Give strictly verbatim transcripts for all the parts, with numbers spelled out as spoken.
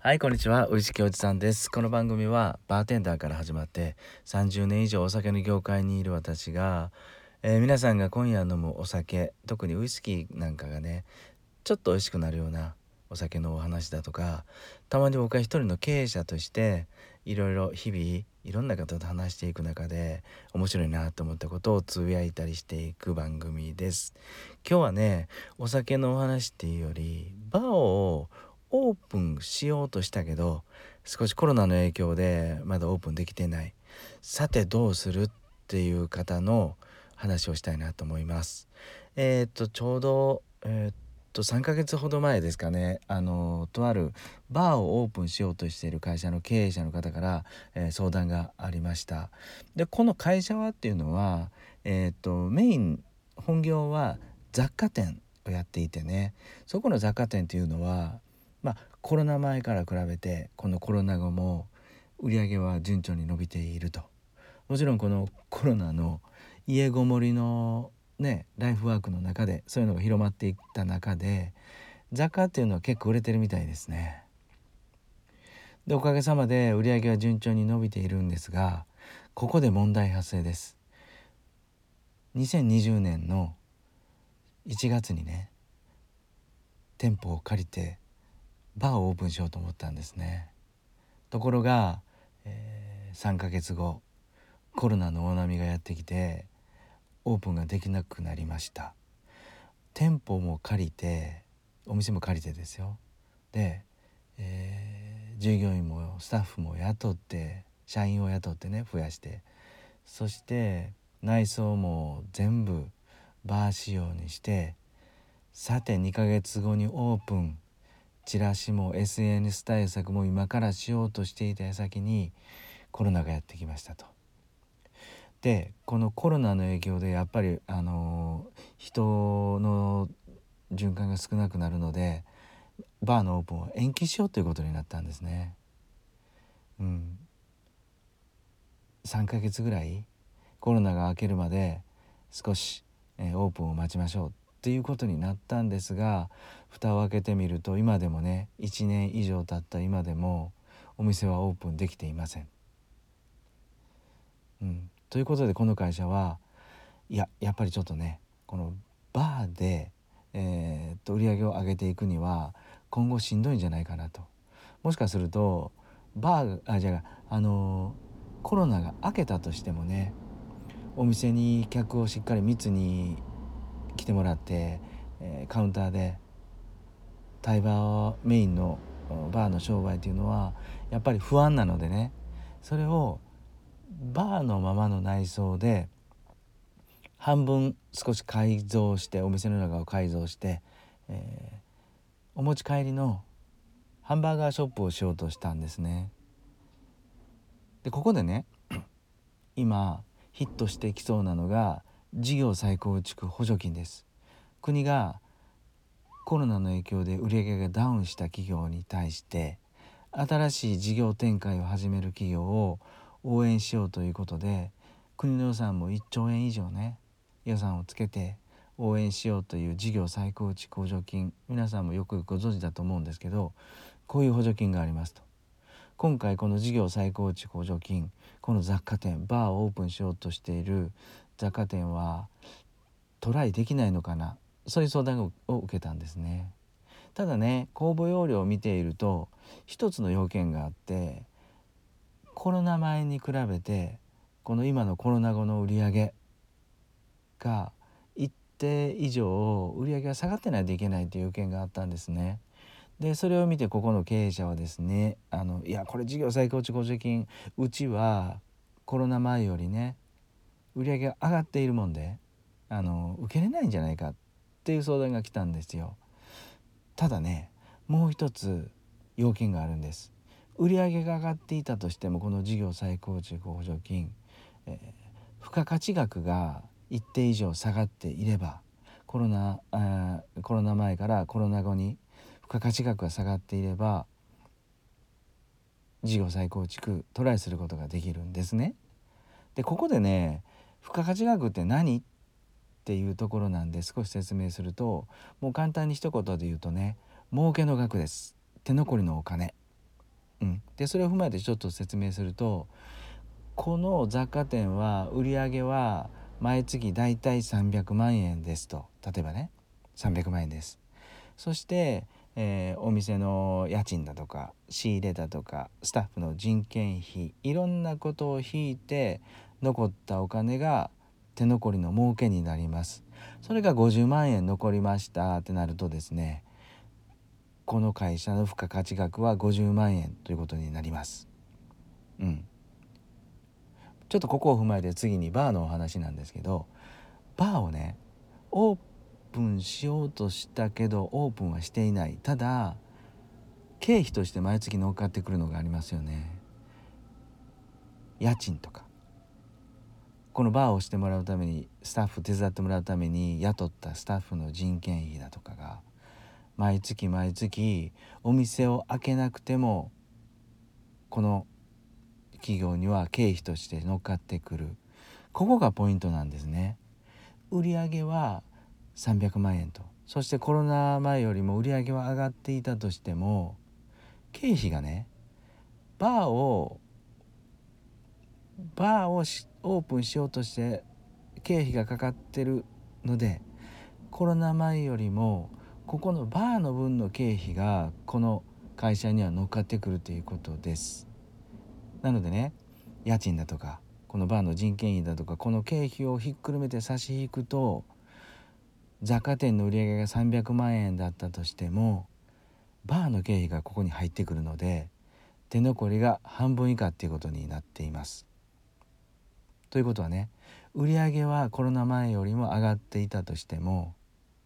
はい、こんにちは。ウイスキーおじさんです。この番組はバーテンダーから始まってさんじゅうねん以上お酒の業界にいる私が、えー皆さんが今夜飲むお酒、特にウイスキーなんかがね、ちょっと美味しくなるようなお酒のお話だとか、たまに僕は一人の経営者としていろいろ日々いろんな方と話していく中で面白いなと思ったことをつぶやいたりしていく番組です。今日はね、お酒のお話っていうよりバーをオープンしようとしたけど少しコロナの影響でまだオープンできてない、さてどうするっていう方の話をしたいなと思います。えー、っとちょうどえー、っとさんかげつほど前ですかね、あのとあるバーをオープンしようとしている会社の経営者の方から、えー相談がありました。でこの会社はっていうのは、えー、っとメイン本業は雑貨店をやっていてね、そこの雑貨店っていうのはまあコロナ前から比べてこのコロナ後も売り上げは順調に伸びていると。もちろんこのコロナの家ごもりのねライフワークの中でそういうのが広まっていった中で雑貨っていうのは結構売れてるみたいですね。でおかげさまで売り上げは順調に伸びているんですが、ここで問題発生です。にせんにじゅうねんのいちがつにね、店舗を借りてバーをオープンしようと思ったんですね。ところが、えー、さんかげつごコロナの大波がやってきてオープンができなくなりました。店舗も借りてお店も借りてですよ。で、えー従業員もスタッフも雇って社員を雇ってね増やして、そして内装も全部バー仕様にして、さてにかげつごにオープン、チラシも エスエヌエス 対策も今からしようとしていた矢先にコロナがやってきましたと。でこのコロナの影響でやっぱりあの人の循環が少なくなるのでバーのオープンを延期しようということになったんですね。うん、さんかげつぐらいコロナが明けるまで少し、えーオープンを待ちましょうっていうことになったんですが、蓋を開けてみると今でもねいちねん以上経った今でもお店はオープンできていません。うん、ということでこの会社はいややっぱりちょっとねこのバーで、えーっと売り上げを上げていくには今後しんどいんじゃないかなと。もしかするとバーあじゃあ、あのコロナが明けたとしてもね、お店に客をしっかり密に来てもらって、えーカウンターで対バーメインのバーの商売というのはやっぱり不安なのでね、それをバーのままの内装で半分少し改造してお店の中を改造して、えーお持ち帰りのハンバーガーショップをしようとしたんですね。でここでね今ヒットしてきそうなのが事業再構築補助金です。国がコロナの影響で売り上げがダウンした企業に対して新しい事業展開を始める企業を応援しようということで、国の予算もいっちょうえん以上ね予算をつけて応援しようという事業再構築補助金、皆さんもよくご存知だと思うんですけど、こういう補助金がありますと。今回この事業再構築補助金、この雑貨店バーをオープンしようとしている雑貨店はトライできないのかな、そういう相談を受けたんですね。ただね公募要領を見ていると一つの要件があって、コロナ前に比べてこの今のコロナ後の売り上げが一定以上売り上げが下がってないといけないという要件があったんですね。でそれを見てここの経営者はですね、あのいやこれ事業再構築補助金うちはコロナ前よりね売り上げが上がっているもんであの受けれないんじゃないかっていう相談が来たんですよ。ただねもう一つ要件があるんです。売上が上がっていたとしてもこの事業再構築補助金、えー、付加価値額が一定以上下がっていれば、コロナあコロナ前からコロナ後に付加価値額が下がっていれば事業再構築トライすることができるんですね。でここでね付加価値額って何っていうところなんで少し説明すると、もう簡単に一言で言うとね儲けの額です。手残りのお金。 うん、でそれを踏まえてちょっと説明すると、この雑貨店は売り上げは毎月だいたいさんびゃくまんえんですと、例えばねさんびゃくまんえんです。そして、えーお店の家賃だとか仕入れだとかスタッフの人件費、いろんなことを引いて残ったお金が手残りの儲けになります。それがごじゅうまんえん残りましたってなるとですね、この会社の付加価値額はごじゅうまんえんということになります。うん。ちょっとここを踏まえて次にバーのお話なんですけど、バーをねオープンしようとしたけどオープンはしていない。ただ経費として毎月乗っかってくるのがありますよね。家賃とか、このバーをしてもらうためにスタッフ手伝ってもらうために雇ったスタッフの人件費だとかが毎月毎月お店を開けなくてもこの企業には経費として乗っかってくる。ここがポイントなんですね。売上はさんびゃくまんえんと、そしてコロナ前よりも売上は上がっていたとしても経費がね、バーをバーをしオープンしようとして経費がかかってるので、コロナ前よりもここのバーの分の経費がこの会社には乗っかってくるということです。なのでね、家賃だとかこのバーの人件費だとかこの経費をひっくるめて差し引くと、雑貨店の売り上げがさんびゃくまんえんだったとしてもバーの経費がここに入ってくるので手残りが半分以下っていうことになっています。ということはね、売上はコロナ前よりも上がっていたとしても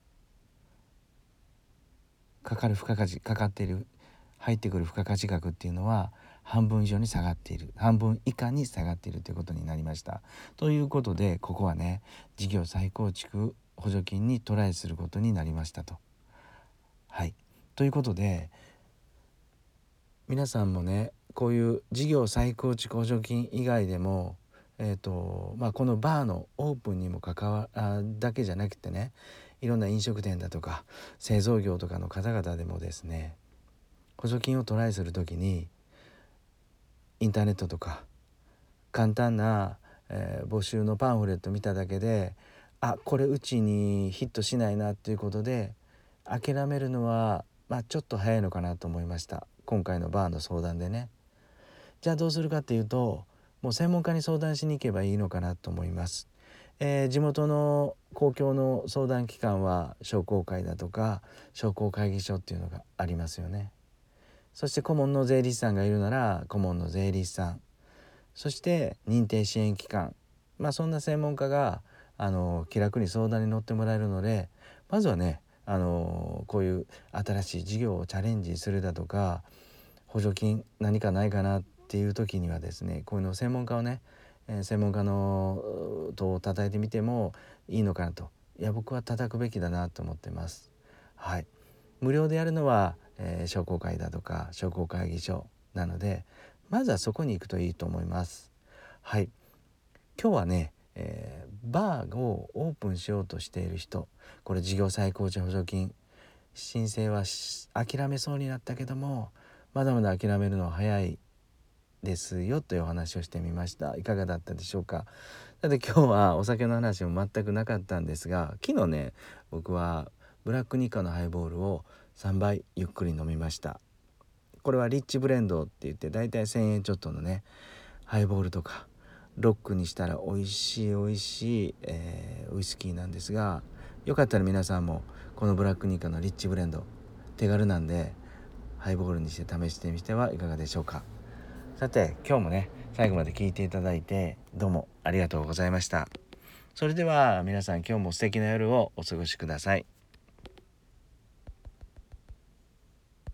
かかる付加価値かかっている入ってくる付加価値額っていうのは半分以上に下がっている、半分以下に下がっているということになりました。ということでここはね、事業再構築補助金にトライすることになりましたと。はい、ということで皆さんもね、こういう事業再構築補助金以外でもえーとまあ、このバーのオープンにも関わあだけじゃなくてね、いろんな飲食店だとか製造業とかの方々でもですね、補助金をトライするときにインターネットとか簡単な、えー募集のパンフレット見ただけで、あこれうちにヒットしないなっていうことで諦めるのは、まあ、ちょっと早いのかなと思いました。今回のバーの相談でね。じゃあどうするかっていうと、もう専門家に相談しに行けばいいのかなと思います。えー地元の公共の相談機関は商工会だとか商工会議所っていうのがありますよね。そして顧問の税理士さんがいるなら顧問の税理士さん、そして認定支援機関、まあそんな専門家があの気楽に相談に乗ってもらえるので、まずはね、あのこういう新しい事業をチャレンジするだとか補助金何かないかなっていう時にはですね、こういうの専門家をね、えー専門家のうとを叩いてみてもいいのかなと、いや僕は叩くべきだなと思ってます。はい、無料でやるのは、えー商工会だとか商工会議所なので、まずはそこに行くといいと思います。はい、今日はね、えーバーをオープンしようとしている人、これ事業再構築補助金申請はし諦めそうになったけどもまだまだ諦めるのは早いですよというお話をしてみました。いかがだったでしょうか。だって今日はお酒の話も全くなかったんですが、昨日ね僕はブラックニカのハイボールをさんばいゆっくり飲みました。これはリッチブレンドって言ってだいたいせんえんちょっとのねハイボールとかロックにしたら美味しい美味しい、えーウイスキーなんですが、よかったら皆さんもこのブラックニカのリッチブレンド手軽なんでハイボールにして試してみてはいかがでしょうか。さて今日もね最後まで聞いていただいてどうもありがとうございました。それでは皆さん今日も素敵な夜をお過ごしください。